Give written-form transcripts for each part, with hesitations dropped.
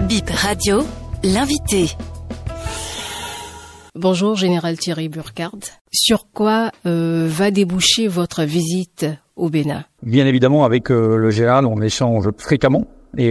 Bip Radio, l'invité. Bonjour, Général Thierry Burkhard. Sur quoi va déboucher votre visite au Bénin? Bien évidemment, avec le général, on échange fréquemment et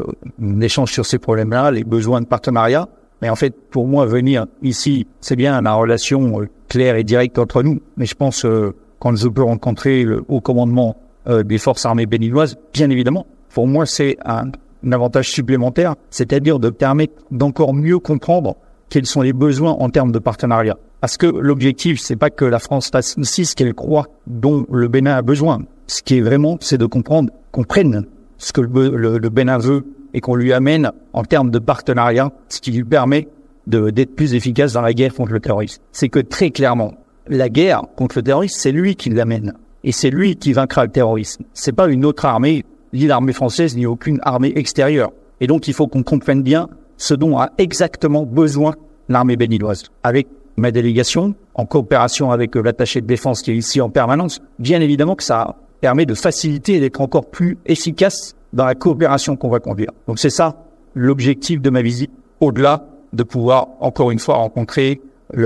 on échange sur ces problèmes-là, les besoins de partenariat. Mais en fait, pour moi, venir ici, c'est bien la relation claire et directe entre nous. Mais je pense quand je peux rencontrer le haut commandement des forces armées béninoises, bien évidemment, pour moi, c'est un avantage supplémentaire, c'est-à-dire de permettre d'encore mieux comprendre quels sont les besoins en termes de partenariat. Parce que l'objectif, c'est pas que la France fasse aussi ce qu'elle croit dont le Bénin a besoin. Ce qui est vraiment, c'est de comprendre, qu'on prenne ce que le Bénin veut et qu'on lui amène en termes de partenariat, ce qui lui permet d'être plus efficace dans la guerre contre le terrorisme. C'est que très clairement, la guerre contre le terrorisme, c'est lui qui l'amène. Et c'est lui qui vaincra le terrorisme. C'est pas une autre armée, ni l'armée française, ni aucune armée extérieure. Et donc, il faut qu'on comprenne bien ce dont a exactement besoin l'armée béninoise. Avec ma délégation, en coopération avec l'attaché de défense qui est ici en permanence, bien évidemment que ça permet de faciliter et d'être encore plus efficace dans la coopération qu'on va conduire. Donc c'est ça l'objectif de ma visite, au-delà de pouvoir encore une fois rencontrer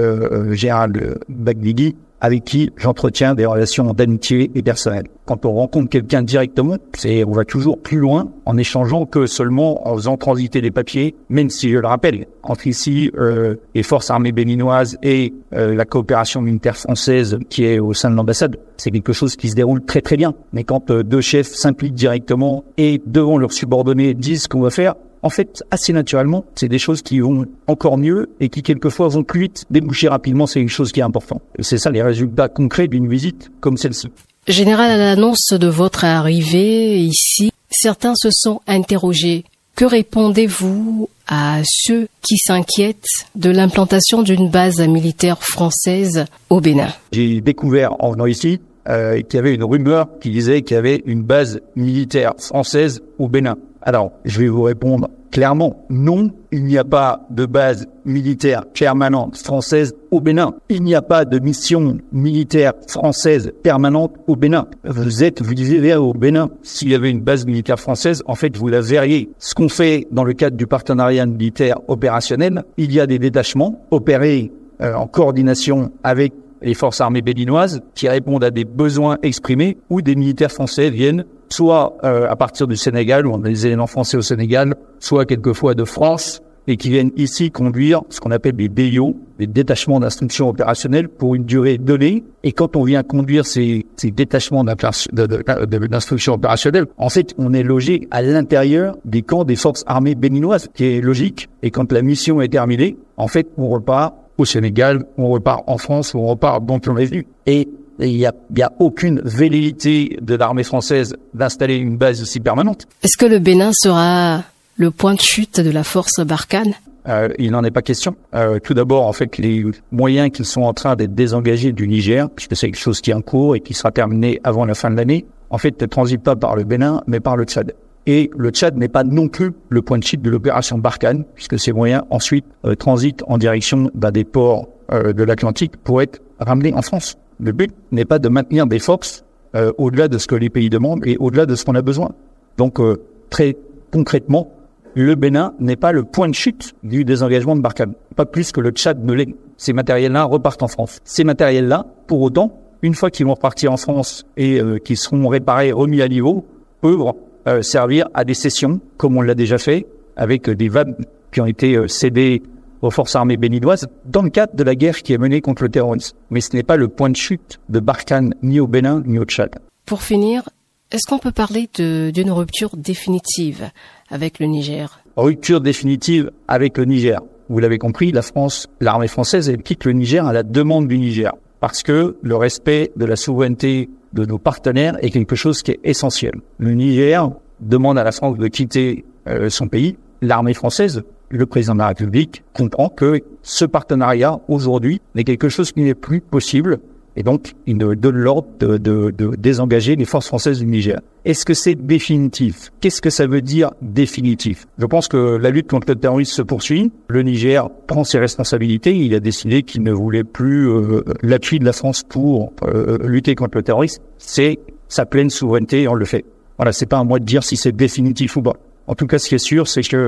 le général Bagdigi, avec qui j'entretiens des relations d'amitié et personnelles. Quand on rencontre quelqu'un directement, on va toujours plus loin en échangeant que seulement en faisant transiter les papiers, même si je le rappelle, entre ici les forces armées béninoises et la coopération militaire française qui est au sein de l'ambassade, c'est quelque chose qui se déroule très très bien. Mais quand deux chefs s'impliquent directement et devant leurs subordonnés disent ce qu'on va faire, en fait, assez naturellement, c'est des choses qui vont encore mieux et qui, quelquefois, vont plus vite. Déboucher rapidement, c'est quelque chose qui est important. Et c'est ça les résultats concrets d'une visite comme celle-ci. Général, à l'annonce de votre arrivée ici, certains se sont interrogés. Que répondez-vous à ceux qui s'inquiètent de l'implantation d'une base militaire française au Bénin? J'ai découvert, en venant ici, qu'il y avait une rumeur qui disait qu'il y avait une base militaire française au Bénin. Alors, je vais vous répondre clairement, non, il n'y a pas de base militaire permanente française au Bénin. Il n'y a pas de mission militaire française permanente au Bénin. Vous vivez au Bénin. S'il y avait une base militaire française, en fait, vous la verriez. Ce qu'on fait dans le cadre du partenariat militaire opérationnel, il y a des détachements opérés en coordination avec les forces armées béninoises qui répondent à des besoins exprimés où des militaires français viennent soit à partir du Sénégal, où on a des éléments français au Sénégal, soit quelquefois de France, et qui viennent ici conduire ce qu'on appelle des DIO, des détachements d'instruction opérationnelle, pour une durée donnée. Et quand on vient conduire ces détachements d'instruction opérationnelle, en fait, on est logé à l'intérieur des camps des forces armées béninoises, qui est logique. Et quand la mission est terminée, en fait, on repart au Sénégal, on repart en France, on repart donc on est venu. Et il y a aucune velléité de l'armée française d'installer une base aussi permanente. Est-ce que le Bénin sera le point de chute de la force Barkhane? Il n'en est pas question. Tout d'abord, en fait, les moyens qui sont en train d'être désengagés du Niger, puisque c'est quelque chose qui est en cours et qui sera terminé avant la fin de l'année, en fait, ne transitent pas par le Bénin, mais par le Tchad. Et le Tchad n'est pas non plus le point de chute de l'opération Barkhane, puisque ces moyens ensuite transitent en direction des ports de l'Atlantique pour être ramenés en France. Le but n'est pas de maintenir des forces au-delà de ce que les pays demandent et au-delà de ce qu'on a besoin. Donc, très concrètement, le Bénin n'est pas le point de chute du désengagement de Barkhane. Pas plus que le Tchad ne l'est. Ces matériels-là repartent en France. Ces matériels-là, pour autant, une fois qu'ils vont repartir en France et qu'ils seront réparés, remis à niveau, peuvent servir à des cessions, comme on l'a déjà fait, avec des vannes qui ont été cédées aux forces armées béninoises dans le cadre de la guerre qui est menée contre le terrorisme. Mais ce n'est pas le point de chute de Barkhane ni au Bénin ni au Tchad. Pour finir, est-ce qu'on peut parler d'une rupture définitive avec le Niger? Rupture définitive avec le Niger. Vous l'avez compris, l'armée française, elle quitte le Niger à la demande du Niger. Parce que le respect de la souveraineté de nos partenaires est quelque chose qui est essentiel. Le Niger demande à la France de quitter son pays. L'armée française, le président de la République, comprend que ce partenariat, aujourd'hui, n'est quelque chose qui n'est plus possible. Et donc, il donne l'ordre de désengager les forces françaises du Niger. Est-ce que c'est définitif? Qu'est-ce que ça veut dire définitif? Je pense que la lutte contre le terrorisme se poursuit. Le Niger prend ses responsabilités. Il a décidé qu'il ne voulait plus l'appui de la France pour lutter contre le terrorisme. C'est sa pleine souveraineté et on le fait. Voilà, c'est pas à moi de dire si c'est définitif ou pas. En tout cas, ce qui est sûr, c'est que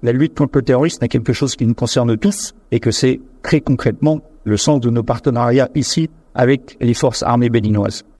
la lutte contre le terrorisme est quelque chose qui nous concerne tous et que c'est très concrètement le sens de nos partenariats ici avec les forces armées béninoises.